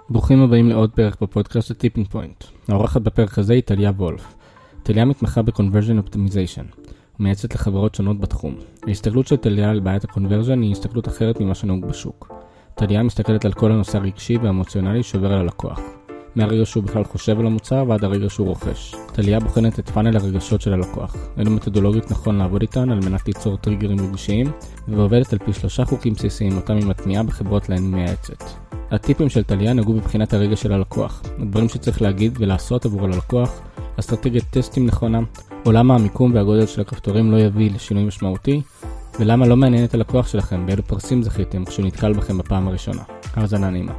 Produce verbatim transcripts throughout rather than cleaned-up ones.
ברוכים הבאים לעוד פרק בפודקאסט הטיפינג פוינט. העורכת בפרק הזה היא טליה וולף. טליה מתמחה ב-Conversion Optimization, ומייעצת לחברות שונות בתחום. ההסתכלות של טליה על בעיית ה-Conversion היא הסתכלות אחרת ממה שנהוג בשוק. טליה מסתכלת על כל הנושא הרגשי והאמוציונלי שעובר על הלקוח. מהרגע שהוא בכלל חושב על המוצר ועד הרגע שהוא רוכש. טליה בוחנת את פאנל הרגשות של הלקוח. אילו מתודולוגיות נכון לעבוד איתן על מנת ליצור טריגרים רגשיים, ועובדת על פי שלושה חוקים בסיסיים אותם היא מטמיעה בחברות להן מייעצת. הטיפים של טליה נגעו בבחינת הרגע של הלקוח, הדברים שצריך להגיד ולעשות עבור הלקוח, אסטרטגיית טסטים נכונה, או למה המיקום והגודל של הכפתורים לא יביא לשינוי משמעותי, ולמה לא מעניין את הלקוח שלכם באילו פרסים זכיתם כשהוא נתקל בכם בפעם הראשונה. האזנה נעימה.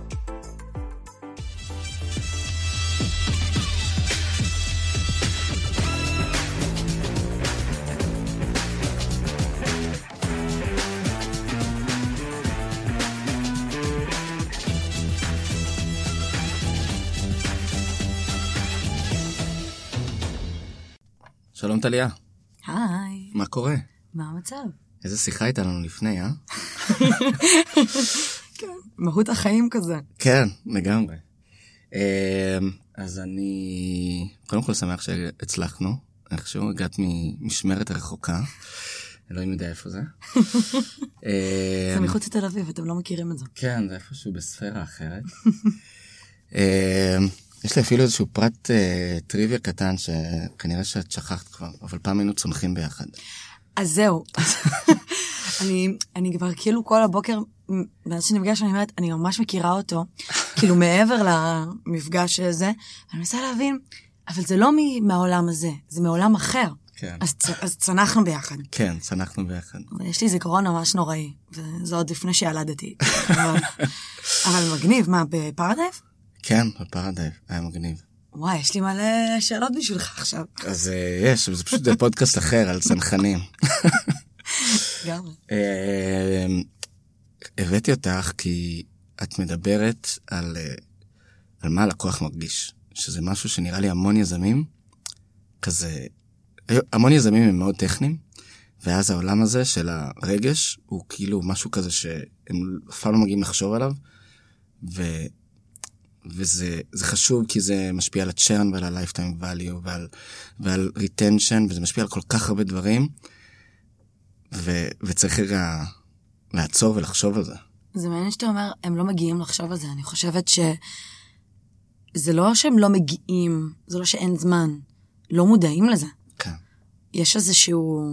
שלום טליה. היי. מה קורה? מה המצב? איזה שיחה הייתה לנו לפני, אה? כן, מהות החיים כזה. כן, לגמרי. אז אני קודם כל שמח שהצלחנו, איכשהו הגעת ממשמרת הרחוקה, אלוהים יודע איפה זה. זה מחוץ לתל אביב, אתם לא מכירים את זה. כן, זה איפשהו בספירה אחרת. יש לי אפילו איזשהו פרט אה, טריוויה קטן שכנראה שאת שכחת כבר, אבל פעם היינו צונחים ביחד. אז זהו. אני, אני כבר כאילו כל הבוקר, מאז שנפגש אני אומרת, אני ממש מכירה אותו, כאילו מעבר למפגש הזה, אני מנסה להבין, אבל זה לא מהעולם הזה, זה מעולם אחר. כן. אז, אז צנחנו ביחד. כן, צנחנו ביחד. יש לי זיכרון ממש נוראי, וזה עוד לפני שילדתי. אבל, אבל מגניב, מה, בפרדייב? כן, בפרדייב, היה מגניב. וואי, יש לי מלא שאלות בשבילך עכשיו. אז יש, זה פשוט פודקאסט אחר על צנחנים. גם. הבאתי אותך כי את מדברת על, על מה הלקוח מרגיש, שזה משהו שנראה לי המון יזמים, כזה, המון יזמים הם מאוד טכניים, ואז העולם הזה של הרגש הוא כאילו משהו כזה שהם אף פעם לא מגיעים לחשוב עליו, ו... וזה זה חשוב כי זה משפיע על הצ'רן ועל ה-lifetime value ועל, ועל retention, וזה משפיע על כל כך הרבה דברים, ו, וצריך רגע לעצור ולחשוב על זה. זה מעניין שאתה אומר, הם לא מגיעים לחשוב על זה. אני חושבת שזה לא שהם לא מגיעים, זה לא שאין זמן, לא מודעים לזה. כן. יש איזשהו...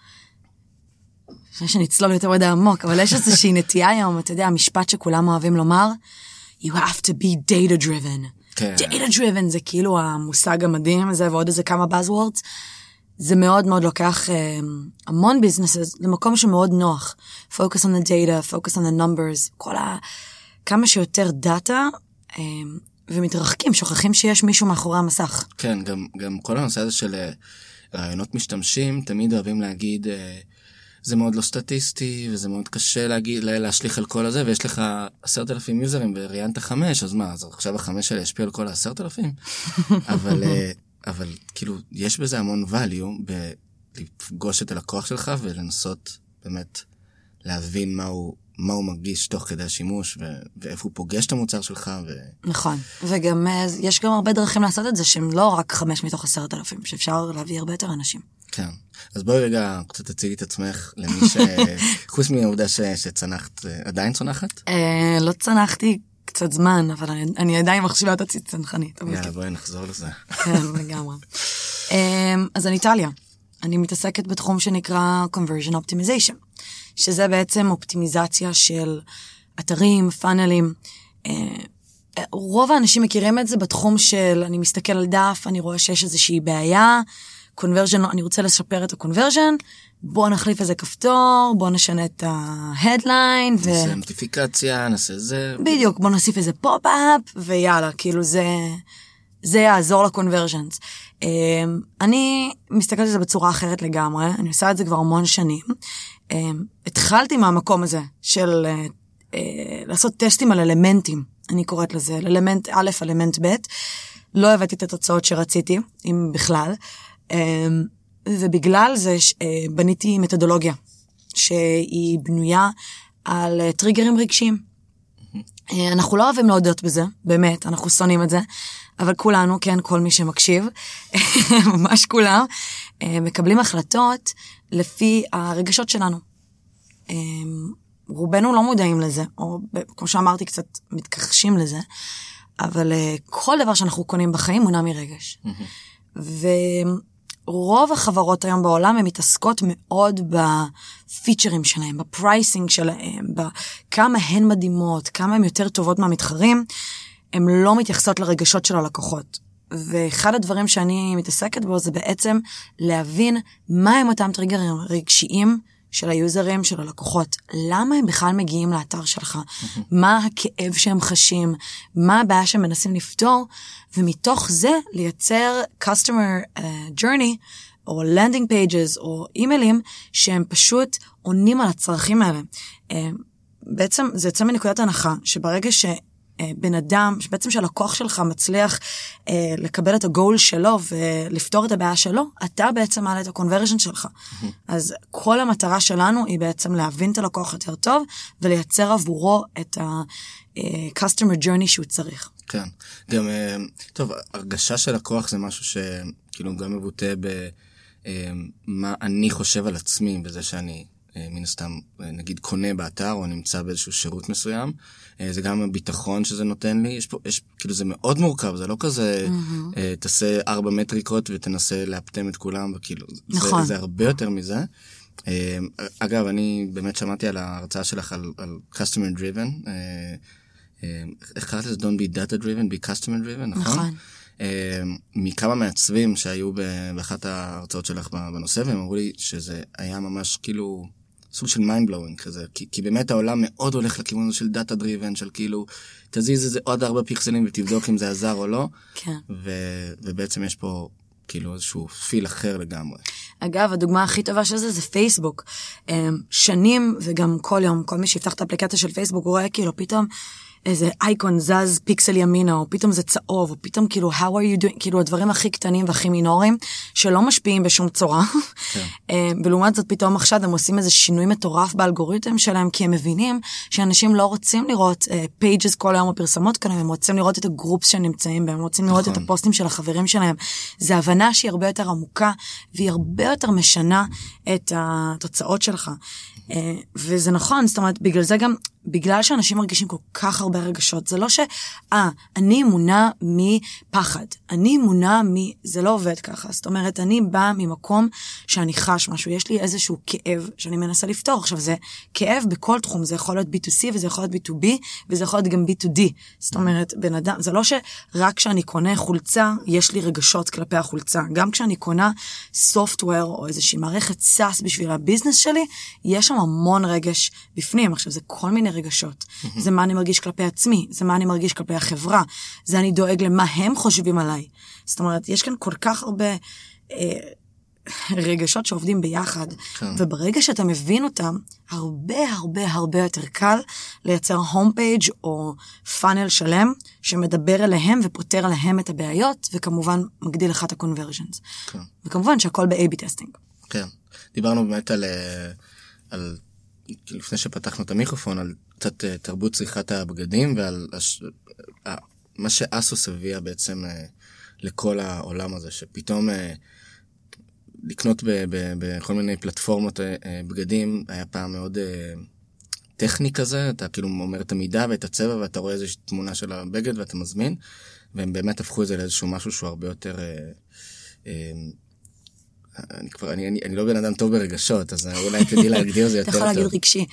לפני שנצלול יותר מדי עמוק, אבל יש איזושהי נטייה היום, אתה יודע, המשפט שכולם אוהבים לומר, you have to be data driven. כן. data driven זה כאילו המושג המדהים הזה, ועוד איזה כמה buzzwords. זה מאוד מאוד לוקח uh, המון businesses למקום שמאוד נוח. focus on the data, focus on the numbers, כל ה... כמה שיותר דאטה, uh, ומתרחקים, שוכחים שיש מישהו מאחורי המסך. כן, גם, גם כל הנושא הזה של uh, רעיונות משתמשים, תמיד אוהבים להגיד... Uh, זה מאוד לא סטטיסטי, וזה מאוד קשה להגיד, להשליך על כל הזה, ויש לך עשרת אלפים יוזרים, וראיינת חמש, אז מה, אז עכשיו החמש האלה ישפיע על כל העשרת אלפים? אבל, אבל, כאילו, יש בזה המון value, בלפגוש את הלקוח שלך, ולנסות באמת להבין מה הוא, מה הוא מרגיש תוך כדי השימוש, ו- ואיפה הוא פוגש את המוצר שלך. ו... נכון, וגם, יש גם הרבה דרכים לעשות את זה, שהם לא רק חמש מתוך עשרת אלפים, שאפשר להביא הרבה יותר אנשים. כן. אז בואי רגע קצת תציגי את עצמך למי ש... חוץ מהעובדה ש... שצנחת, עדיין צונחת? אה, לא צנחתי קצת זמן, אבל אני, אני עדיין מחשיבה את עצמי צנחנית. יאללה, בואי נחזור לזה. כן, לגמרי. אז אני טליה. אני מתעסקת בתחום שנקרא Conversion Optimization, שזה בעצם אופטימיזציה של אתרים, פאנלים. רוב האנשים מכירים את זה בתחום של אני מסתכל על דף, אני רואה שיש איזושהי בעיה, קונברז'ן, אני רוצה לשפר את הקונברז'ן, בוא נחליף איזה כפתור, בוא נשנה את ההדליין. נעשה נוטיפיקציה, נעשה זה. בדיוק, בוא נוסיף איזה פופ-אפ, ויאללה, כאילו זה, זה יעזור לקונברז'נס. אני מסתכלת על זה בצורה אחרת לגמרי, אני עושה את זה כבר המון שנים. התחלתי מהמקום הזה של לעשות טסטים על אלמנטים, אני קוראת לזה, אלמנט א', אלמנט ב', לא הבאתי את התוצאות שרציתי, אם בכלל, ובגלל זה בניתי מתודולוגיה, שהיא בנויה על טריגרים רגשיים. אנחנו לא אוהבים להודות בזה, באמת, אנחנו שונאים את זה, אבל כולנו, כן, כל מי שמקשיב, ממש כולם, מקבלים החלטות לפי הרגשות שלנו. רובנו לא מודעים לזה, או כמו שאמרתי, קצת מתכחשים לזה, אבל כל דבר שאנחנו קונים בחיים מונע מרגש. ורוב החברות היום בעולם הן מתעסקות מאוד בפיצ'רים שלהם, בפרייסינג שלהם, בכמה הן מדהימות, כמה הן יותר טובות מהמתחרים, הן לא מתייחסות לרגשות של הלקוחות. ואחד הדברים שאני מתעסקת בו זה בעצם להבין מה הם אותם טריגרים רגשיים של היוזרים, של הלקוחות. למה הם בכלל מגיעים לאתר שלך? מה הכאב שהם חשים? מה הבעיה שהם מנסים לפתור? ומתוך זה לייצר customer uh, journey, או landing pages, או אימיילים, שהם פשוט עונים על הצרכים האלה. Uh, בעצם זה יוצא מנקודת הנחה, שברגע ש... בן אדם, שבעצם שהלקוח שלך מצליח אה, לקבל את הגול שלו ולפתור את הבעיה שלו, אתה בעצם מעלה את הקונברז'ן שלך. Mm-hmm. אז כל המטרה שלנו היא בעצם להבין את הלקוח יותר טוב, ולייצר עבורו את ה-customer journey שהוא צריך. כן. גם, טוב, הרגשה של לקוח זה משהו שכאילו גם מבוטא במה אני חושב על עצמי, בזה שאני מן הסתם, נגיד, קונה באתר, או נמצא באיזשהו שירות מסוים. זה גם הביטחון שזה נותן לי. יש פה, יש, כאילו, זה מאוד מורכב, זה לא כזה, mm-hmm. תעשה ארבע מטריקות ותנסה להפתם את כולם, וכאילו, נכון. זה, זה הרבה יותר מזה. אגב, אני באמת שמעתי על ההרצאה שלך על, על customer driven. איך קראת לזה? Don't be data driven, be customer driven, נכון? נכון. מכמה מעצבים שהיו באחת ההרצאות שלך בנושא, והם אמרו לי שזה היה ממש כאילו סוג של mind blowing כזה, כי, כי באמת העולם מאוד הולך לכיוון הזה של data driven, של כאילו תזיז איזה עוד ארבע פיקסלים ותבדוק אם זה עזר או לא, כן. ו, ובעצם יש פה כאילו איזשהו פיל אחר לגמרי. אגב, הדוגמה הכי טובה של זה זה פייסבוק. שנים וגם כל יום, כל מי שיפתח את האפליקציה של פייסבוק, הוא רואה כאילו פתאום איזה אייקון זז פיקסל ימינה, או פתאום זה צהוב, או פתאום כאילו, how are you doing, כאילו הדברים הכי קטנים והכי מינוריים, שלא משפיעים בשום צורה. כן. ולעומת זאת פתאום עכשיו הם עושים איזה שינוי מטורף באלגוריתם שלהם, כי הם מבינים שאנשים לא רוצים לראות uh, pages כל היום או פרסמות כאלה, הם רוצים לראות את הגרופס שנמצאים בהם, הם רוצים לראות נכון. את הפוסטים של החברים שלהם. זה הבנה שהיא הרבה יותר עמוקה, והיא הרבה יותר משנה את התוצאות שלך. Uh, וזה נכון, זאת אומרת, בגלל זה גם, בגלל שאנשים מרגישים כל כך הרבה רגשות, זה לא ש, אה, אני מונע מפחד, אני מונע מ... זה לא עובד ככה, זאת אומרת, אני באה ממקום שאני חש משהו, יש לי איזשהו כאב שאני מנסה לפתור, עכשיו זה כאב בכל תחום, זה יכול להיות בי טו סי וזה יכול להיות בי טו בי, וזה יכול להיות גם בי טו די, זאת אומרת, בן אדם, זה לא שרק כשאני קונה חולצה, יש לי רגשות כלפי החולצה, גם כשאני קונה סופטוור או איזושהי מערכת סאס בשביל הביזנס שלי, יש שם המון רגש בפנים, עכשיו זה כל מיני רגשות. זה מה אני מרגיש כלפי עצמי, זה מה אני מרגיש כלפי החברה, זה אני דואג למה הם חושבים עליי. זאת אומרת, יש כאן כל כך הרבה אה, רגשות שעובדים ביחד, כן. וברגע שאתה מבין אותם, הרבה הרבה הרבה יותר קל לייצר הום פייג' או פאנל שלם, שמדבר אליהם ופותר עליהם את הבעיות, וכמובן מגדיל לך את הקונברז'נס. כן. וכמובן שהכל ב-איי בי טסטינג. כן. דיברנו באמת על... על... לפני שפתחנו את המיקרופון, על קצת תרבות צריכת הבגדים, ועל הש... מה שאסוס הביאה בעצם לכל העולם הזה, שפתאום לקנות ב- ב- בכל מיני פלטפורמות בגדים, היה פעם מאוד טכני כזה, אתה כאילו אומר את המידה ואת הצבע, ואתה רואה איזושהי תמונה של הבגד ואתה מזמין, והם באמת הפכו את זה לאיזשהו משהו שהוא הרבה יותר... אני כבר, אני, אני, אני לא בן אדם טוב ברגשות, אז אולי תדעי להגדיר זה יותר טוב. אתה יכול להגיד רגשי.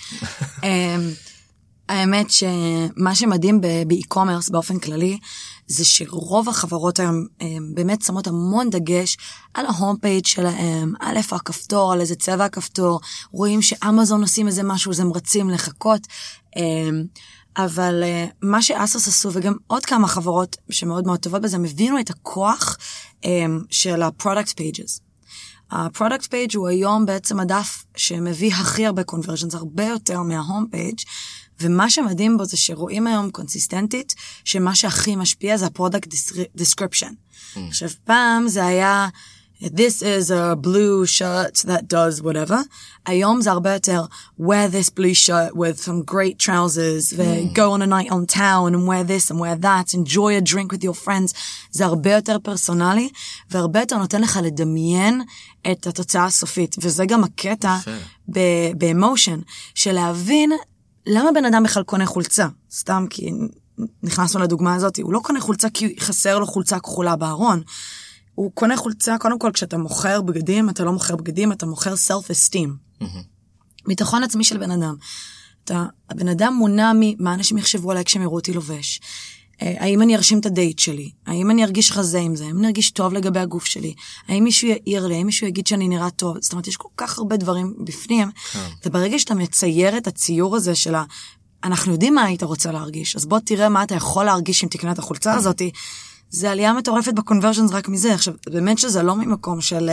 האמת שמה שמדהים באי-קומרס באופן כללי, זה שרוב החברות היום באמת שמות המון דגש על ההום פייג' שלהם, על איפה הכפתור, על איזה צבע הכפתור, רואים שאמזון עושים איזה משהו, אז הם רצים לחכות, אבל מה שאסוס עשו, וגם עוד כמה חברות שמאוד מאוד טובות בזה, הם הבינו את הכוח של ה-product pages. ה-product page הוא היום בעצם הדף שמביא הכי הרבה conversions, הרבה יותר מה-home page, ומה שמדהים בו זה שרואים היום קונסיסטנטית, שמה שהכי משפיע זה ה-product description. Mm. עכשיו, פעם זה היה this is a blue shirt that does whatever. היום זה הרבה יותר, wear this blue shirt with some great trousers, ו- go on a night on town and wear this and wear that, enjoy a drink with your friends. זה הרבה יותר פרסונלי, והרבה יותר נותן לך לדמיין את התוצאה הסופית. וזה גם הקטע באמושן, של להבין למה בן אדם בכלל קונה חולצה. סתם כי נכנסנו לדוגמה הזאת, הוא לא קונה חולצה כי חסר לו חולצה כחולה בארון. הוא קונה חולצה, קודם כל, כשאתה מוכר בגדים, אתה לא מוכר בגדים, אתה מוכר self-esteem. ביטחון עצמי של בן אדם. אתה, הבן אדם מונע ממה אנשים יחשבו עליי כשהם יראו אותי לובש. האם אני ארשים את הדייט שלי? האם אני ארגיש חזה עם זה? האם אני ארגיש טוב לגבי הגוף שלי? האם מישהו יעיר לי? האם מישהו יגיד שאני נראה טוב? זאת אומרת, יש כל כך הרבה דברים בפנים, וברגע שאתה מצייר את הציור הזה של ה... אנחנו יודעים מה היית רוצה להרגיש, אז בוא תראה מה אתה יכול להרגיש אם תקנה את החולצה הזאת. זה עלייה מטורפת בקונברז'נס רק מזה. עכשיו, באמת שזה לא ממקום של,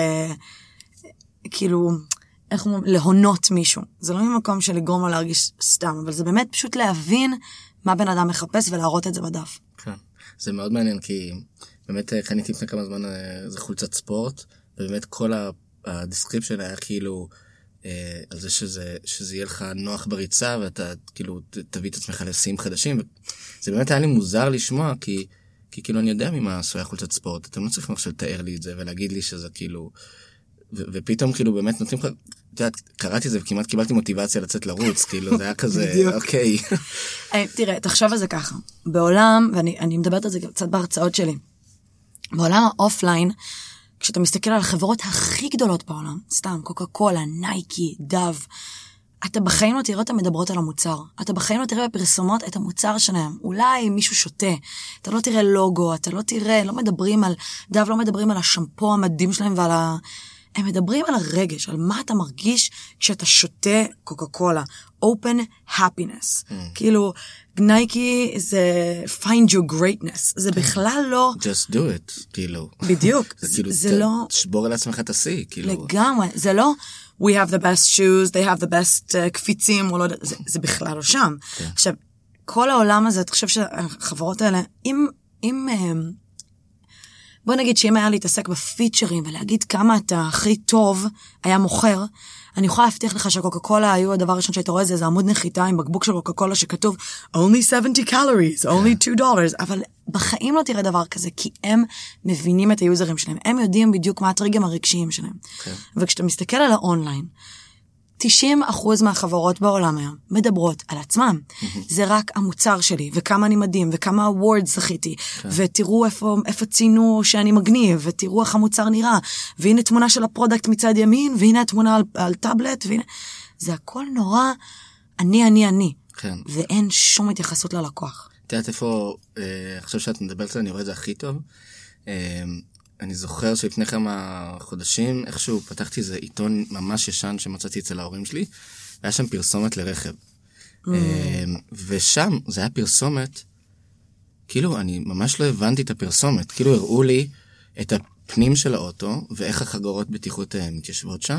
כאילו, איך אומרים, להונות מישהו. זה לא ממקום של לגרום לו להרגיש סתם, אבל זה באמת פשוט להבין מה בן אדם מחפש ולהראות את זה בדף. כן, זה מאוד מעניין, כי באמת קניתי לפני כמה זמן זה חולצת ספורט, ובאמת כל הדיסקריפשן היה כאילו, על זה שזה, שזה יהיה לך נוח בריצה, ואתה כאילו תביא את עצמך לשיאים חדשים. זה באמת היה לי מוזר לשמוע, כי, כי כאילו אני יודע ממה עשויה חולצת ספורט. אתם לא צריכים עכשיו לתאר לי את זה, ולהגיד לי שזה כאילו, ו, ופתאום כאילו באמת נותנים לך, את יודעת, קראתי זה וכמעט קיבלתי מוטיבציה לצאת לרוץ, כאילו זה היה כזה, אוקיי. תראה, תחשוב על זה ככה. בעולם, ואני אני מדברת על זה קצת בהרצאות שלי, בעולם האופליין, כשאתה מסתכל על החברות הכי גדולות בעולם, סתם, קוקה קולה, נייקי, דב, אתה בחיים לא תראה אותם מדברות על המוצר. אתה בחיים לא תראה בפרסומות את המוצר שלהם. אולי מישהו שותה. אתה לא תראה לוגו, אתה לא תראה, לא מדברים על, דב לא מדברים על השמפו המדהים שלהם ועל ה... הם מדברים על הרגש, על מה אתה מרגיש כשאתה שותה קוקה קולה. Open happiness. Mm. כאילו, נייקי זה find your greatness. זה בכלל לא... Just do it, כאילו. בדיוק. זה כאילו, זה לא... תשבור על עצמך את השיא, כאילו. לגמרי. זה לא... We have the best shoes, they have the best uh, קפיצים, או לא, זה, זה בכלל לא שם. Okay. עכשיו, כל העולם הזה, אתה חושב שהחברות האלה, אם... אם בוא נגיד שאם היה להתעסק בפיצ'רים ולהגיד כמה אתה הכי טוב היה מוכר, אני יכולה להבטיח לך שהקוקה קולה היו הדבר הראשון שהיית רואה זה, זה עמוד נחיתה עם בקבוק של קוקה קולה שכתוב only seventy calories, only two dollars, אבל בחיים לא תראה דבר כזה, כי הם מבינים את היוזרים שלהם, הם יודעים בדיוק מה הטריגרים הרגשיים שלהם. Okay. וכשאתה מסתכל על האונליין, תשעים אחוז מהחברות בעולם היום מדברות על עצמם. זה רק המוצר שלי, וכמה אני מדהים, וכמה awards זכיתי, ותראו איפה, איפה ציינו שאני מגניב, ותראו איך המוצר נראה, והנה תמונה של הפרודקט מצד ימין, והנה התמונה על, על טאבלט, והנה... זה הכל נורא אני, אני, אני. כן. ואין שום התייחסות ללקוח. תראה, איפה, אה, עכשיו שאת מדברת, אני רואה את זה הכי טוב. אה, אני זוכר שלפני כמה חודשים, איכשהו פתחתי איזה עיתון ממש ישן שמצאתי אצל ההורים שלי, והיה שם פרסומת לרכב. Mm. ושם זה היה פרסומת, כאילו אני ממש לא הבנתי את הפרסומת, כאילו הראו לי את הפנים של האוטו, ואיך החגורות בטיחות מתיישבות שם,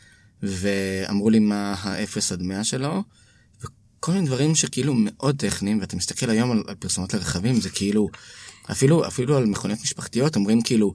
ואמרו לי מה ה-אפס עד מאה שלו, וכל מיני דברים שכאילו מאוד טכניים, ואתה מסתכל היום על, על פרסומות לרכבים, זה כאילו... אפילו, אפילו על מכוניות משפחתיות, אומרים כאילו,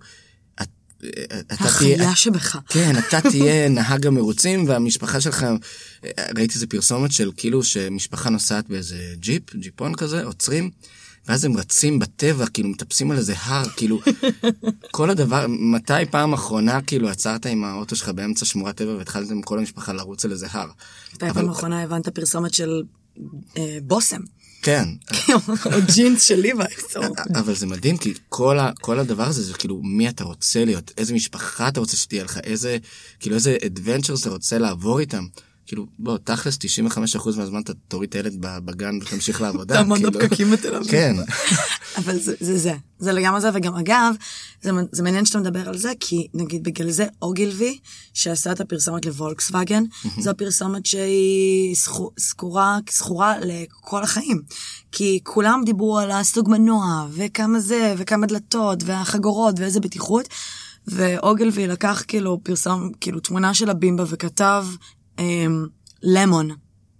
החיה שבך. כן, אתה תהיה נהג המרוצים, והמשפחה שלך, ראיתי איזה פרסומת של כאילו, שמשפחה נוסעת באיזה ג'יפ, ג'יפון כזה, עוצרים, ואז הם רצים בטבע, כאילו, מטפסים על איזה הר, כאילו, כל הדבר, מתי פעם אחרונה, כאילו, עצרת עם האוטו שלך באמצע שמורת טבע, והתחלתם כל המשפחה לרוץ על איזה הר. מתי פעם אחרונה הבנת פרסומת של בוסם. כן. או ג'ינס של ליווי. אבל זה מדהים, כי כל, ה, כל הדבר הזה, זה כאילו, מי אתה רוצה להיות, איזה משפחה אתה רוצה שתהיה לך, איזה, כאילו, איזה adventures אתה רוצה לעבור איתם. כאילו, בוא, תכלס, תשעים וחמישה אחוז מהזמן אתה תוריד את הילד בגן ותמשיך לעבודה. תעמוד בפקקים בתל אביב. כן. אבל זה, זה זה. זה לגמרי זה, וגם אגב, זה, זה מעניין שאתה מדבר על זה, כי נגיד בגלל זה אוגילבי, שעשה את הפרסומת לוולקסווגן, זו הפרסומת שהיא סחורה, סחורה לכל החיים. כי כולם דיברו על הסוג מנוע, וכמה זה, וכמה דלתות, והחגורות, ואיזה בטיחות, ואוגילבי לקח כאילו פרסום, כאילו תמונה של הבימבה, וכתב, למון.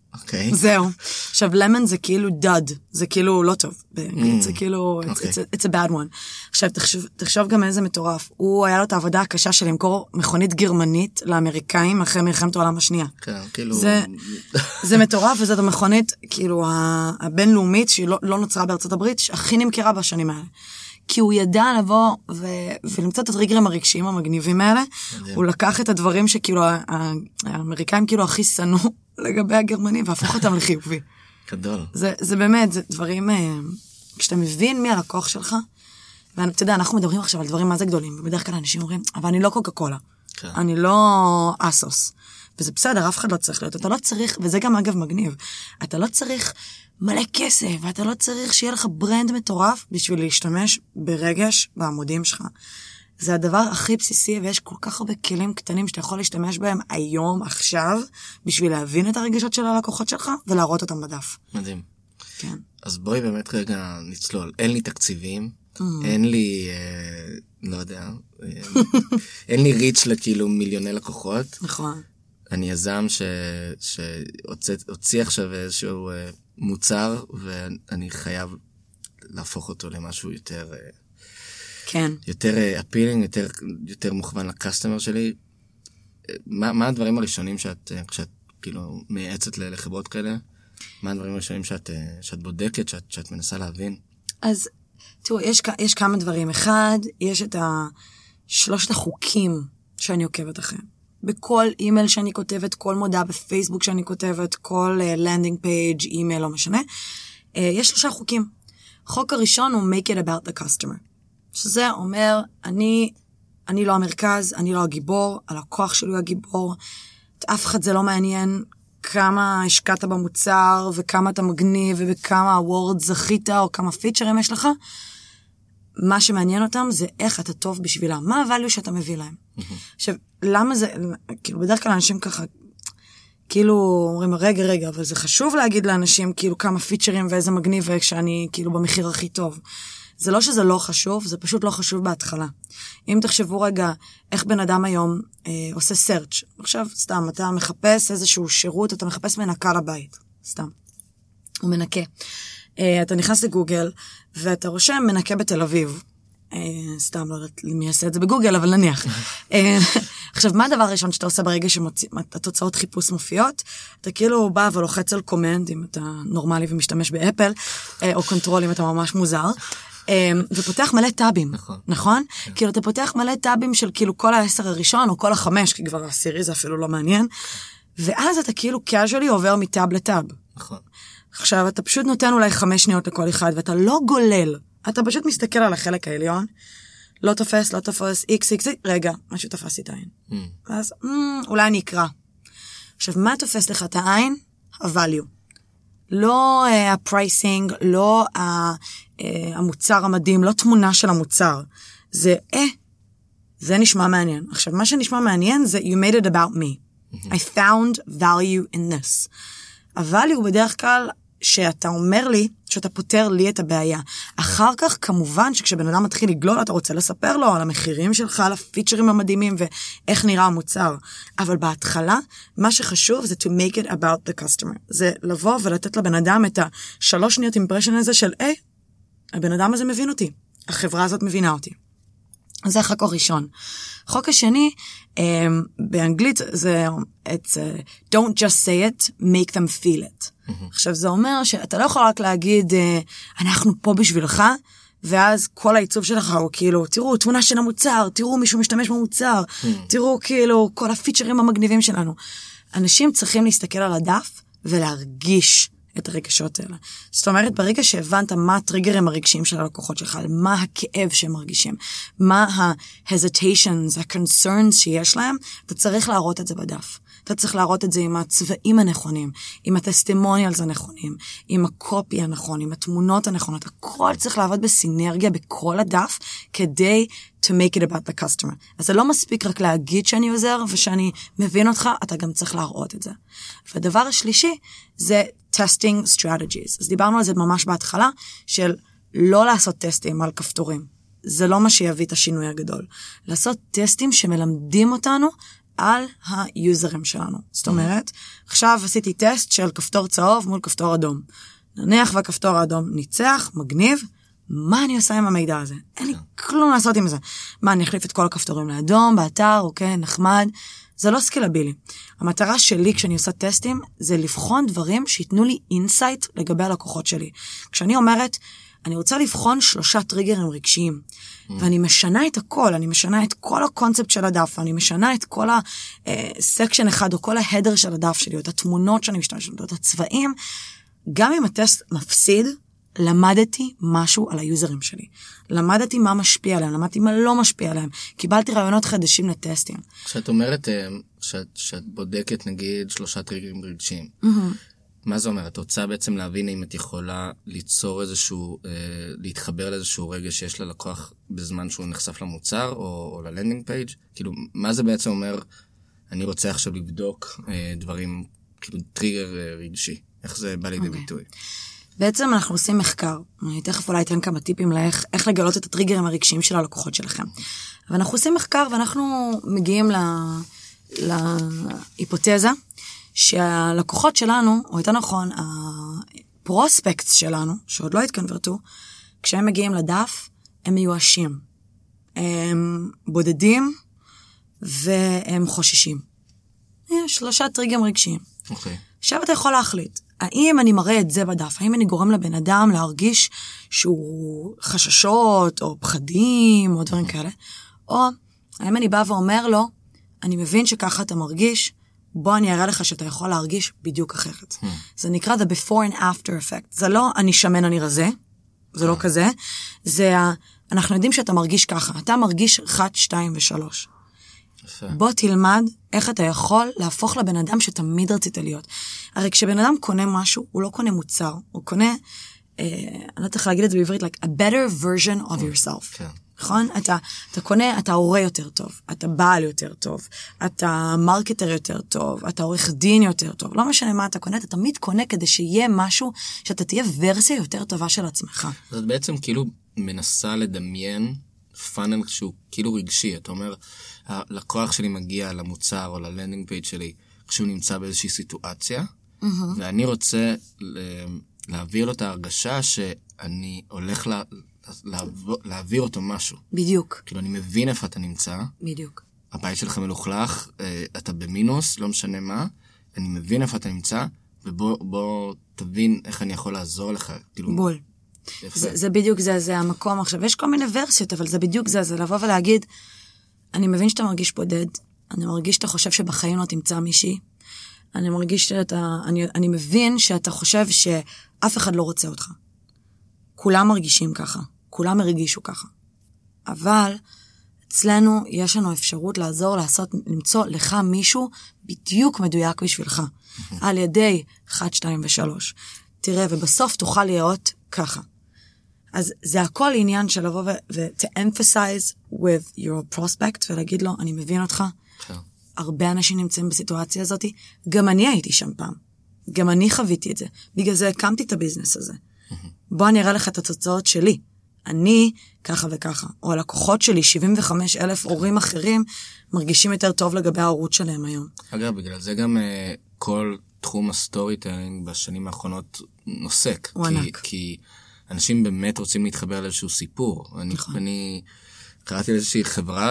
אוקיי. זהו. עכשיו, למון זה כאילו דד, זה כאילו לא טוב. באנגלית זה כאילו, it's a bad one. עכשיו, תחשוב גם איזה מטורף. הוא היה לו את העבודה הקשה של למכור מכונית גרמנית לאמריקאים אחרי מלחמת העולם השנייה. כן, כאילו... זה מטורף, וזאת המכונית, כאילו, הבינלאומית, שהיא לא נוצרה בארצות הברית, הכי נמכרה בשנים האלה. כי הוא ידע לבוא ו- ולמצוא את הטריגרים הרגשיים המגניבים האלה. הוא לקח את הדברים שכאילו האמריקאים כאילו הכי שנאו לגבי הגרמנים, והפוך אותם לחיובי. גדול. זה, זה באמת, זה דברים, כשאתה מבין מי הלקוח שלך, ואתה יודע, אנחנו מדברים עכשיו על דברים מה זה גדולים, ובדרך כלל אנשים אומרים, אבל אני לא קוקה קולה. כן. אני לא אסוס. וזה בסדר, אף אחד לא צריך להיות. אתה לא צריך, וזה גם אגב מגניב, אתה לא צריך מלא כסף, ואתה לא צריך שיהיה לך ברנד מטורף בשביל להשתמש ברגש בעמודים שלך. זה הדבר הכי בסיסי, ויש כל כך הרבה כלים קטנים שאתה יכול להשתמש בהם היום, עכשיו, בשביל להבין את הרגשות של הלקוחות שלך, ולהראות אותם בדף. מדהים. כן. אז בואי באמת רגע נצלול. אין לי תקציבים, אין לי, לא יודע, אין לי ריץ' לכאילו מיליוני לקוחות. נכון. אני יזם שהוציא עכשיו איזשהו מוצר, ואני חייב להפוך אותו למשהו יותר... כן. יותר אפילינג, יותר, יותר מוכוון לקסטומר שלי. מה, מה הדברים הראשונים שאת, כשאת כאילו מייעצת לחברות כאלה? מה הדברים הראשונים שאת, שאת בודקת, שאת, שאת מנסה להבין? אז, תראו, יש, יש כמה דברים. אחד, יש את שלושת החוקים שאני עוקבת אחריהם. בכל אימייל שאני כותבת, כל מודעה בפייסבוק שאני כותבת, כל לנדינג פייג', אימייל, לא משנה. יש שלושה חוקים. החוק הראשון הוא make it about the customer. שזה אומר, אני, אני לא המרכז, אני לא הגיבור, הלקוח שלי הוא הגיבור, את אף אחד זה לא מעניין כמה השקעת במוצר, וכמה אתה מגניב, ובכמה הוורד זכית, או כמה פיצ'רים יש לך. מה שמעניין אותם זה איך אתה טוב בשבילם, מה הvalue שאתה מביא להם. עכשיו, למה זה, כאילו בדרך כלל אנשים ככה, כאילו אומרים, רגע, רגע, אבל זה חשוב להגיד לאנשים כאילו כמה פיצ'רים ואיזה מגניב, וכשאני כאילו במחיר הכי טוב. זה לא שזה לא חשוב, זה פשוט לא חשוב בהתחלה. אם תחשבו רגע, איך בן אדם היום אה, עושה search. עכשיו, סתם, אתה מחפש איזשהו שירות, אתה מחפש מנקה לבית. סתם. הוא מנקה. אה, אתה נכנס לגוגל, ואתה רושם מנקה בתל אביב. אה, סתם, לא יודעת מי יעשה את זה בגוגל, אבל נניח. אה, עכשיו, מה הדבר הראשון שאתה עושה ברגע שהתוצאות חיפוש מופיעות? אתה כאילו בא ולוחץ על קומנד, אם אתה נורמלי ומשתמש באפל, אה, או קונטרול אם אתה ממש מוזר. ופותח מלא טאבים, נכון? נכון? כן. כאילו אתה פותח מלא טאבים של כאילו כל העשר הראשון, או כל החמש, כי כבר העשירי זה אפילו לא מעניין, ואז אתה כאילו casually עובר מטאב לטאב. נכון. עכשיו, אתה פשוט נותן אולי חמש שניות לכל אחד, ואתה לא גולל, אתה פשוט מסתכל על החלק העליון, לא תופס, לא תופס, איקס, איקס, רגע, משהו תפס את העין. Mm. אז mm, אולי אני אקרא. עכשיו, מה תופס לך את העין? ה-value. לא הפרייסינג, uh, לא uh, uh, המוצר המדהים, לא תמונה של המוצר. זה, אה, זה נשמע מעניין. עכשיו, מה שנשמע מעניין זה, you made it about me. Mm-hmm. I found value in this. ה-value הוא בדרך כלל שאתה אומר לי, שאתה פותר לי את הבעיה. אחר כך, כמובן, שכשבן אדם מתחיל לגלול, אתה רוצה לספר לו על המחירים שלך, על הפיצ'רים המדהימים, ואיך נראה המוצר. אבל בהתחלה, מה שחשוב זה to make it about the customer. זה לבוא ולתת לבן אדם את השלוש שניות impression הזה של, היי, הבן אדם הזה מבין אותי. החברה הזאת מבינה אותי. זה החוק הראשון. החוק השני, um, באנגלית זה, it's, uh, don't just say it, make them feel it. Mm-hmm. עכשיו זה אומר שאתה לא יכול רק להגיד, uh, אנחנו פה בשבילך, ואז כל העיצוב שלך הוא כאילו, תראו, תמונה של המוצר, תראו מישהו משתמש במוצר, mm-hmm. תראו כאילו כל הפיצ'רים המגניבים שלנו. אנשים צריכים להסתכל על הדף ולהרגיש את הרגשות האלה. זאת אומרת, ברגע שהבנת מה הטריגרים הרגשיים של הלקוחות שלך, מה הכאב שהם מרגישים, מה ה-hesitations, ה-concerns שיש להם, אתה צריך להראות את זה בדף. אתה צריך להראות את זה עם הצבעים הנכונים, עם הטסטימוניאלס הנכונים, עם הקופי הנכון, עם התמונות הנכונות. הכל צריך לעבוד בסינרגיה בכל הדף, כדי to make it about the customer. אז זה לא מספיק רק להגיד שאני עוזר ושאני מבין אותך, אתה גם צריך להראות את זה. והדבר השלישי זה testing strategies. אז דיברנו על זה ממש בהתחלה, של לא לעשות טסטים על כפתורים. זה לא מה שיביא את השינוי הגדול. לעשות טסטים שמלמדים אותנו על היוזרים שלנו. זאת אומרת, עכשיו עשיתי טסט של כפתור צהוב מול כפתור אדום. נניח והכפתור האדום ניצח, מגניב, מה אני עושה עם המידע הזה? אין לי כלום לעשות עם זה. מה, אני אחליף את כל הכפתורים לאדום, באתר, אוקיי, נחמד. זה לא סקלבילי. המטרה שלי כשאני עושה טסטים, זה לבחון דברים שיתנו לי אינסייט לגבי הלקוחות שלי. כשאני אומרת, אני רוצה לבחון שלושה טריגרים רגשיים, ואני משנה את הכל, אני משנה את כל הקונספט של הדף, אני משנה את כל הסקשן אחד, או כל ההדר של הדף שלי, או את התמונות שאני משתמשת, או את הצבעים. גם אם הטסט מפסיד, למדתי משהו על היוזרים שלי. למדתי מה משפיע עליהם, למדתי מה לא משפיע עליהם. קיבלתי רעיונות חדשים לטסטים. כשאת אומרת שאת, שאת בודקת נגיד שלושה טריגרים רגשיים, mm-hmm. מה זה אומר? את רוצה בעצם להבין אם את יכולה ליצור איזשהו, אה, להתחבר לאיזשהו רגע שיש ללקוח בזמן שהוא נחשף למוצר או, או ללנדינג פייג'? כאילו, מה זה בעצם אומר, אני רוצה עכשיו לבדוק אה, דברים, כאילו טריגר אה, רגשי. איך זה בא לידי ביטוי? בעצם אנחנו עושים מחקר. אני תכף אולי אתן כמה טיפים לאיך, איך לגלות את הטריגרים הרגשיים של הלקוחות שלכם. אבל אנחנו עושים מחקר ואנחנו מגיעים להיפותזה שהלקוחות שלנו, או יותר נכון, הפרוספקטס שלנו, שעוד לא התקנברטו, כשהם מגיעים לדף, הם מיואשים. הם בודדים והם חוששים. יש שלושה טריגרים רגשיים. אוקיי. עכשיו אתה יכול להחליט, האם אני מראה את זה בדף, האם אני גורם לבן אדם להרגיש שהוא חששות, או פחדים, או דברים כאלה, או האם אני בא ואומר לו, אני מבין שככה אתה מרגיש, בוא אני אראה לך שאתה יכול להרגיש בדיוק אחרת. Hmm. זה נקרא the before and after effect. זה לא אני שמן, אני רזה, זה לא כזה, זה, אנחנו יודעים שאתה מרגיש ככה, אתה מרגיש אחת, שתיים ושלוש. בוא תלמד איך אתה יכול להפוך לבן אדם שתמיד רצית להיות. הרי כשבן אדם קונה משהו, הוא לא קונה מוצר, הוא קונה, אה, אני לא צריך להגיד את זה בעברית, like a better version of yourself. נכון? אתה, אתה קונה, אתה הורה יותר טוב, אתה בעל יותר טוב, אתה מרקטר יותר טוב, אתה עורך דין יותר טוב, לא משנה מה אתה קונה, אתה תמיד קונה כדי שיהיה משהו, שאתה תהיה ורסיה יותר טובה של עצמך. זאת בעצם כאילו מנסה לדמיין פאנל שהוא כאילו רגשי, אתה אומר, הלקוח שלי מגיע למוצר או ללנדינג פייג' שלי, כשהוא נמצא באיזושהי סיטואציה, mm-hmm. ואני רוצה להעביר לו את ההרגשה שאני הולך לה, להעביר, להעביר אותו משהו. בדיוק. כאילו אני מבין איפה אתה נמצא. בדיוק. הבית שלך מלוכלך, אתה במינוס, לא משנה מה, אני מבין איפה אתה נמצא, ובוא בוא תבין איך אני יכול לעזור לך. כאילו, בול. זה, זה בדיוק זה, זה המקום עכשיו. יש כל מיני ורסיות, אבל זה בדיוק זה, זה לבוא ולהגיד, אני מבין שאתה מרגיש בודד, אני מרגיש שאתה חושב שבחיים לא תמצא מישהי, אני מרגיש שאתה, אני, אני מבין שאתה חושב שאף אחד לא רוצה אותך. כולם מרגישים ככה, כולם הרגישו ככה. אבל אצלנו יש לנו אפשרות לעזור, לעשות, למצוא לך מישהו בדיוק מדויק בשבילך, על ידי אחת, שתיים ושלוש. תראה, ובסוף תוכל להיות ככה. אז זה הכל עניין של לבוא ו-to emphasize with your prospect, ולהגיד לו, אני מבין אותך. הרבה אנשים נמצאים בסיטואציה הזאת. גם אני הייתי שם פעם. גם אני חוויתי את זה. בגלל זה הקמתי את הביזנס הזה. בוא אני אראה לך את התוצאות שלי. אני ככה וככה. או הלקוחות שלי, שבעים וחמישה אלף הורים אחרים, מרגישים יותר טוב לגבי ההורות שלהם היום. אגב, בגלל זה גם uh, כל תחום הסטורי טיילינג בשנים האחרונות נוסק. הוא ענק. כי אנשים באמת רוצים להתחבר לאיזשהו סיפור. אני, אני קראתי לאיזושהי חברה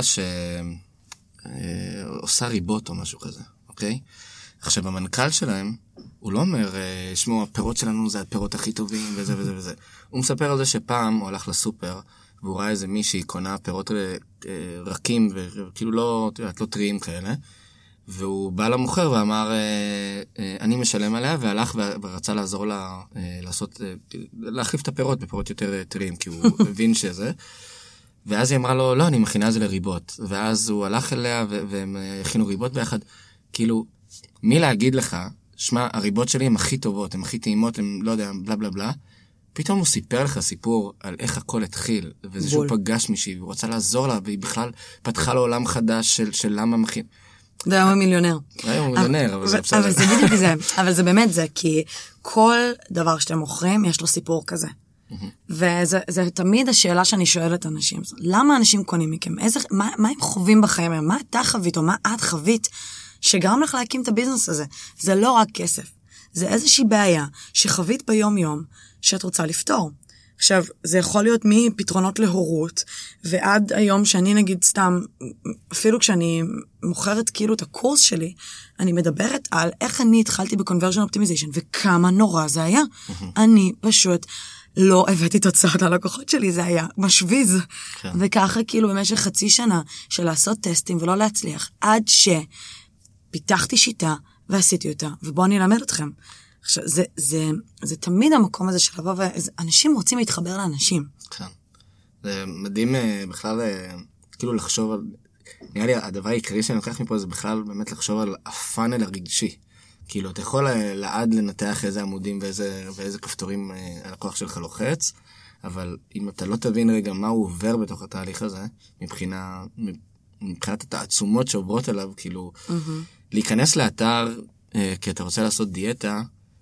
שעושה ריבות או משהו כזה, אוקיי? עכשיו, המנכ"ל שלהם, הוא לא אומר, שמו, הפירות שלנו זה הפירות הכי טובים וזה וזה וזה. הוא מספר על זה שפעם הוא הלך לסופר, והוא ראה איזה מישהי קונה פירות רכים, וכאילו לא, לא טריים כאלה, והוא בא למוכר ואמר, אני משלם עליה, והלך ורצה לעזור לה, לעשות, להחליף את הפירות בפירות יותר טריים, כי הוא הבין שזה. ואז היא אמרה לו, לא, אני מכינה את זה לריבות. ואז הוא הלך אליה, והם הכינו ריבות ביחד. כאילו, מי להגיד לך, שמה, הריבות שלי הן הכי טובות, הן הכי טעימות, הן לא יודע, בלה בלה בלה. פתאום הוא סיפר לך סיפור על איך הכל התחיל, וזה שהוא פגש מישהי, והוא רצה לעזור לה, והיא בכלל פתחה לו עולם חדש של, של למה מכין. זה היה מיליונר. היה מיליונר, אבל זה בסדר. אבל זה בדיוק זה, אבל זה באמת זה, כי כל דבר שאתם מוכרים, יש לו סיפור כזה. וזה תמיד השאלה שאני שואלת אנשים, למה אנשים קונים מכם? איזה, מה, מה הם חווים בחיים? מה אתה חווית או מה את חווית שגרם לך להקים את הביזנס הזה? זה לא רק כסף. זה איזושהי בעיה שחווית ביום יום שאת רוצה לפתור. עכשיו, זה יכול להיות מפתרונות להורות, ועד היום שאני נגיד סתם, אפילו כשאני מוכרת כאילו את הקורס שלי, אני מדברת על איך אני התחלתי ב-Conversion Optimization, וכמה נורא זה היה. אני פשוט לא הבאתי תוצאות ללקוחות שלי, זה היה משוויז. כן. וככה כאילו במשך חצי שנה של לעשות טסטים ולא להצליח, עד שפיתחתי שיטה ועשיתי אותה, ובואו אני אלמד אתכם. עכשיו, זה, זה, זה תמיד המקום הזה של לבוא, ואנשים רוצים להתחבר לאנשים. כן. זה מדהים בכלל, כאילו לחשוב על, נראה לי הדבר העיקרי שאני לוקח מפה, זה בכלל באמת לחשוב על הפאנל הרגשי. כאילו, אתה יכול לעד לנתח איזה עמודים ואיזה, ואיזה כפתורים הלקוח שלך לוחץ, אבל אם אתה לא תבין רגע מה הוא עובר בתוך התהליך הזה, מבחינה, מבחינת התעצומות שעוברות עליו, כאילו, mm-hmm. להיכנס לאתר, כי אתה רוצה לעשות דיאטה,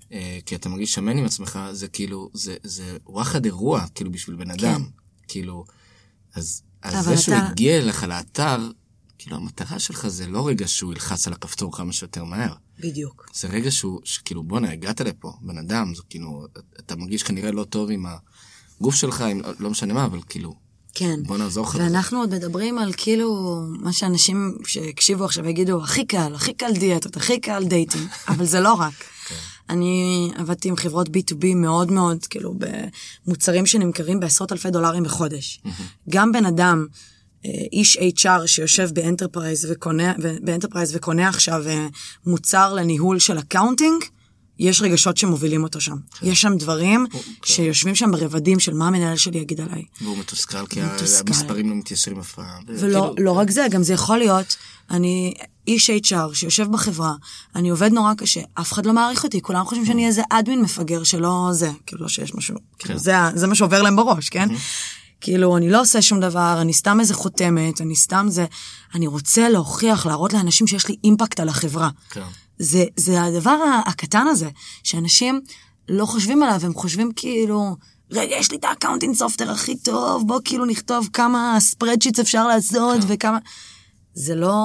כי אתה מרגיש שמן עם עצמך, זה כאילו, זה, זה וואחד אירוע, כאילו, בשביל בן אדם. כן. כאילו, אז, אז זה שהוא אתה... הגיע אליך לאתר, כאילו, המטרה שלך זה לא רגע שהוא ילחץ על הכפתור כמה שיותר מהר. בדיוק. זה רגע שהוא, שכאילו, בוא, הגעת לפה, בן אדם, זה כאילו, אתה מרגיש כנראה לא טוב עם הגוף שלך, עם, לא משנה מה, אבל כאילו, כן. בוא נעזור לך. ואנחנו עוד מדברים על כאילו, מה שאנשים שהקשיבו עכשיו יגידו, הכי קל, הכי קל דיאטות, הכי קל דייטים, אבל זה לא רק. כן. אני עבדתי עם חברות בי טו בי מאוד מאוד, כאילו, במוצרים שנמכרים בעשרות אלפי דולרים בחודש. גם בן אדם, איש אייץ' אר שיושב באנטרפרייז וקונה, באנטרפרייז וקונה עכשיו מוצר לניהול של אקאונטינג, יש רגשות שמובילים אותו שם. יש שם דברים שיושבים שם ברבדים של מה המנהל שלי יגיד עליי. והוא מתוסכל, כי המספרים לא מתיישרים אף פעם. ולא רק זה, גם זה יכול להיות, אני איש אייץ' אר שיושב בחברה, אני עובד נורא קשה, אף אחד לא מעריך אותי, כולם חושבים שאני איזה אדמין מפגר שלא זה, כאילו לא שיש משהו, זה מה שעובר להם בראש, כן? כאילו, אני לא עושה שום דבר, אני סתם איזה חותמת, אני סתם זה, אני רוצה להוכיח, להראות לאנשים שיש לי אימפקט על החברה. כן. זה, זה הדבר הקטן הזה, שאנשים לא חושבים עליו, הם חושבים כאילו, רגע, יש לי את האקאונטינג סופטר הכי טוב, בוא כאילו נכתוב כמה ספרדשיטס אפשר לעשות, כן. וכמה... זה לא...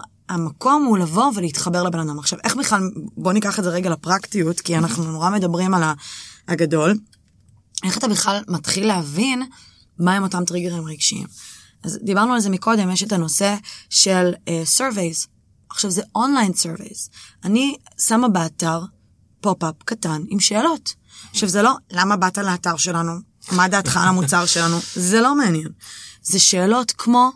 המקום הוא לבוא ולהתחבר לבן אדם. עכשיו, איך בכלל, בוא ניקח את זה רגע לפרקטיות, כי אנחנו נורא מדברים על הגדול, איך אתה בכלל מתחיל להבין מה הם אותם טריגרים רגשיים. אז דיברנו על זה מקודם, יש את הנושא של uh, surveys, עכשיו זה אונליין surveys. אני שמה באתר פופ-אפ קטן עם שאלות. עכשיו זה לא, למה באת לאתר שלנו? מה דעתך על המוצר שלנו? זה לא מעניין. זה שאלות כמו,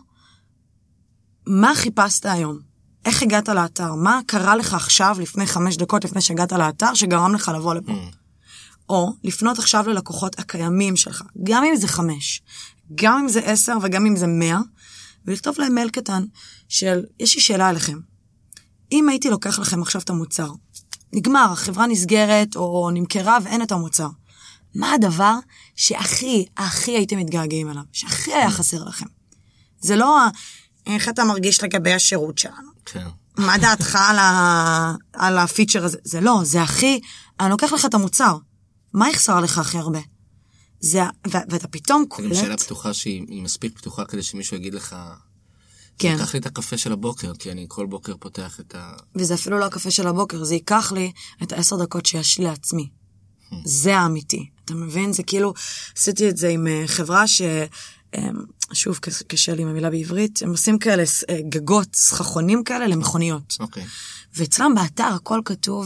מה חיפשת היום? איך הגעת לאתר? מה קרה לך עכשיו, לפני חמש דקות, לפני שהגעת לאתר, שגרם לך לבוא לפה? או לפנות עכשיו ללקוחות הקיימים שלך, גם אם זה חמש, גם אם זה עשר וגם אם זה מאה, ולכתוב להם מייל קטן של, יש לי שאלה עליכם. אם הייתי לוקח לכם עכשיו את המוצר, נגמר, החברה נסגרת או נמכרה ואין את המוצר. מה הדבר שהכי, הכי הייתם מתגעגעים אליו? שהכי היה חסר לכם? זה לא, איך אתה מרגיש לגבי השירות שלנו? כן. מה דעתך על, ה, על הפיצ'ר הזה? זה לא, זה הכי, אני לוקח לך את המוצר. מה יחסר לך הכי הרבה? זה, ו, ואתה פתאום קולט... זו שאלה פתוחה שהיא מספיק פתוחה כדי שמישהו יגיד לך... כן. זה ייקח לי את הקפה של הבוקר, כי אני כל בוקר פותח את ה... וזה אפילו לא הקפה של הבוקר, זה ייקח לי את העשר דקות שיש לי לעצמי. זה האמיתי. אתה מבין? זה כאילו, עשיתי את זה עם חברה ש... שוב, קשה לי עם המילה בעברית, הם עושים כאלה גגות, סככונים כאלה למכוניות. אוקיי. ואצלם באתר הכל כתוב...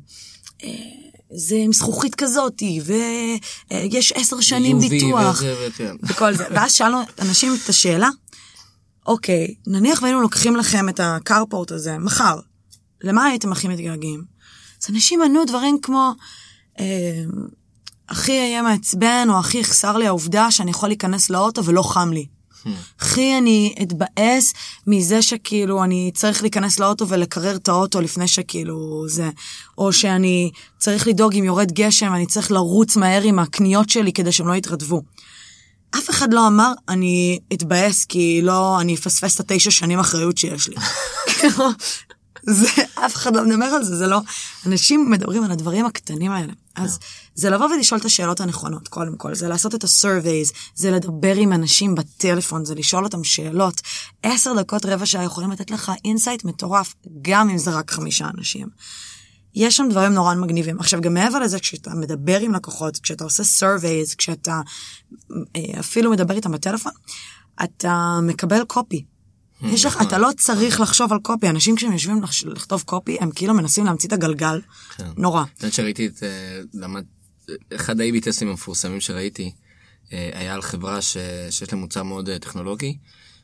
זה עם זכוכית כזאת, ויש עשר שנים ביטוח. וכל זה. ואז שאלנו אנשים את השאלה, אוקיי, נניח והיינו לוקחים לכם את הקרפורט הזה, מחר, למה הייתם הכי מתגעגעים? אז אנשים ענו דברים כמו, אה, הכי יהיה מעצבן, או הכי יחסר לי העובדה שאני יכול להיכנס לאוטו ולא חם לי. הכי אני אתבאס מזה שכאילו אני צריך להיכנס לאוטו ולקרר את האוטו לפני שכאילו זה, או שאני צריך לדאוג אם יורד גשם, אני צריך לרוץ מהר עם הקניות שלי כדי שהם לא יתרדבו. אף אחד לא אמר, אני אתבאס כי לא, אני אפספס את התשע שנים אחריות שיש לי. זה, אף אחד לא מדבר על זה, זה לא, אנשים מדברים על הדברים הקטנים האלה. אז זה לבוא ולשאול את השאלות הנכונות, קודם כל, זה לעשות את ה-surveys, זה לדבר עם אנשים בטלפון, זה לשאול אותם שאלות, עשר דקות, רבע שעה יכולים לתת לך אינסייט מטורף, גם אם זה רק חמישה אנשים. יש שם דברים נורא מגניבים. עכשיו, גם מעבר לזה, כשאתה מדבר עם לקוחות, כשאתה עושה surveys, כשאתה אפילו מדבר איתם בטלפון, אתה מקבל קופי. יש לך, אתה לא צריך לחשוב על קופי. אנשים כשהם יושבים לכתוב קופי, הם כאילו מנסים להמציא את הגלגל. נורא. אני שראיתי את, אחד ה-איי בי טסטים המפורסמים שראיתי, היה על חברה שיש לה מוצר מאוד טכנולוגי,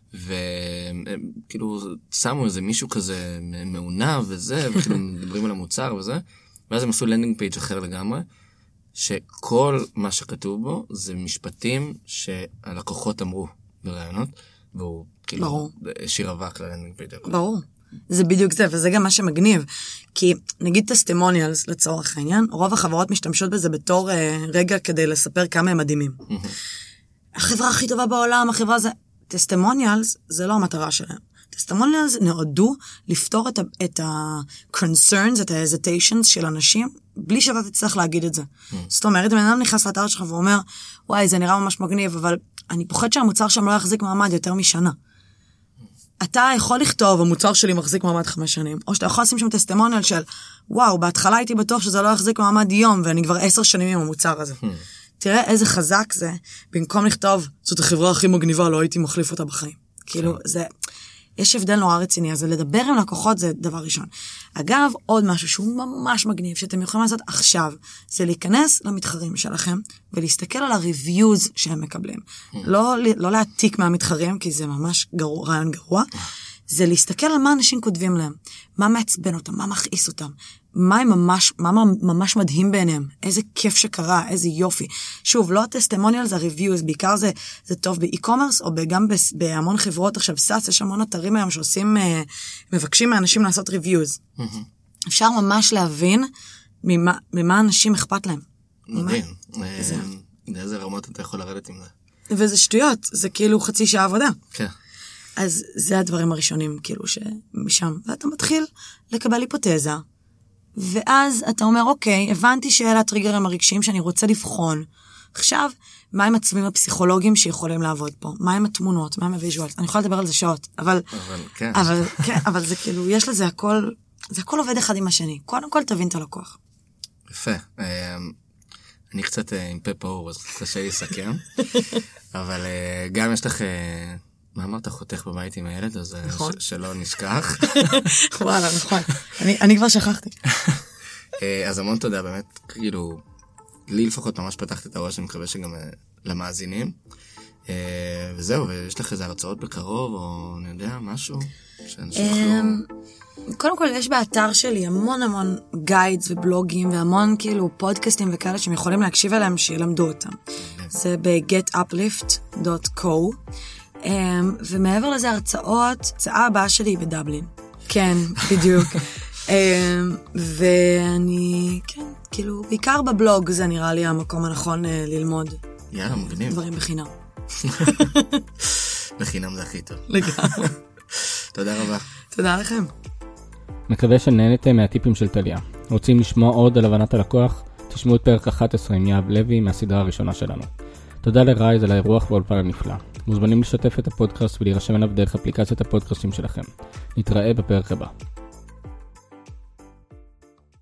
וכאילו שמו איזה מישהו כזה מעונב וזה, וכאילו מדברים על המוצר וזה, ואז הם עשו לנדינג פייג' אחר לגמרי, שכל מה שכתוב בו זה משפטים שהלקוחות אמרו ברעיונות, והוא כאילו שיר אבק ללנדינג פייג'. ברור. זה בדיוק זה, וזה גם מה שמגניב. כי נגיד טסטימוניאלס לצורך העניין, רוב החברות משתמשות בזה בתור אה, רגע כדי לספר כמה הם מדהימים. החברה הכי טובה בעולם, החברה זה... טסטימוניאלס זה לא המטרה שלהם. טסטימוניאלס נועדו לפתור את ה- את ה-concerns, את ה-hesitations של אנשים, בלי שאתה תצטרך להגיד את זה. זאת אומרת, אם אדם נכנס לאתר שלך ואומר, וואי, זה נראה ממש מגניב, אבל אני פוחד שהמוצר שם לא יחזיק מעמד יותר משנה. אתה יכול לכתוב, המוצר שלי מחזיק מעמד חמש שנים, או שאתה יכול לשים שם טסטימוניאל של, וואו, בהתחלה הייתי בטוח שזה לא יחזיק מעמד יום, ואני כבר עשר שנים עם המוצר הזה. תראה איזה חזק זה, במקום לכתוב, זאת החברה הכי מגניבה, לא הייתי מחליף אותה בחיים. כאילו, זה, יש הבדל נורא רציני, אז לדבר עם לקוחות זה דבר ראשון. אגב, עוד משהו שהוא ממש מגניב, שאתם יכולים לעשות עכשיו, זה להיכנס למתחרים שלכם, ולהסתכל על ה-reviews שהם מקבלים. לא, לא להעתיק מהמתחרים, כי זה ממש גרוע, רעיון גרוע, זה להסתכל על מה אנשים כותבים להם, מה מעצבן אותם, מה מכעיס אותם, מה ממש, מה ממש מדהים בעיניהם, איזה כיף שקרה, איזה יופי. שוב, לא הטסטימוניאל, זה ה-reviews, בעיקר זה, זה טוב באי-קומרס, או גם בהמון חברות, עכשיו סאס, יש המון אתרים היום שעושים, מבקשים מאנשים לעשות reviews. אפשר ממש להבין ממה, ממה אנשים אכפת להם. מבין. לאיזה רמות אתה יכול לרדת עם זה. וזה שטויות, זה כאילו חצי שעה עבודה. כן. אז זה הדברים הראשונים, כאילו, שמשם. ואתה מתחיל לקבל היפותזה, ואז אתה אומר, אוקיי, הבנתי שאלה הטריגרים הרגשיים שאני רוצה לבחון. עכשיו, מה הם הצבעים הפסיכולוגיים שיכולים לעבוד פה? מה הם התמונות? מה הם הוויז'ואלס? אני יכולה לדבר על זה שעות, אבל... אבל כן. אבל, כן, אבל זה כאילו, יש לזה הכל, זה הכל עובד אחד עם השני. קודם כל תבין את הלקוח. יפה. אני קצת עם פה פעור, אז קשה לי לסכם. אבל גם יש לך... מה אמרת? חותך בבית עם הילד, אז נכון. ש- שלא נשכח. וואלה, נכון. אני, אני כבר שכחתי. אז המון תודה, באמת, כאילו, לי לפחות ממש פתחת את הראש, אני מקווה שגם למאזינים. וזהו, ויש לך איזה הרצאות בקרוב, או אני יודע, משהו? שאנשים יוכלו... קודם כל, יש באתר שלי המון המון גיידס ובלוגים, והמון כאילו פודקאסטים וכאלה שהם יכולים להקשיב אליהם, שילמדו אותם. זה ב-get uplift דוט קו. Um, ומעבר לזה הרצאות, הרצאה הבאה שלי היא בדבלין. כן, בדיוק. um, ואני, כן, כאילו, בעיקר בבלוג זה נראה לי המקום הנכון uh, ללמוד. יאללה, מגניב. דברים בחינם. בחינם זה הכי טוב. לגמרי. תודה רבה. תודה לכם. מקווה שנהנתם מהטיפים של טליה. רוצים לשמוע עוד על הבנת הלקוח? תשמעו את פרק אחת עשרה עם יאב לוי מהסדרה הראשונה שלנו. תודה לרייז על האירוח באולפן הנפלא. מוזמנים לשתף את הפודקאסט ולהירשם אליו דרך אפליקציית הפודקאסטים שלכם. נתראה בפרק הבא.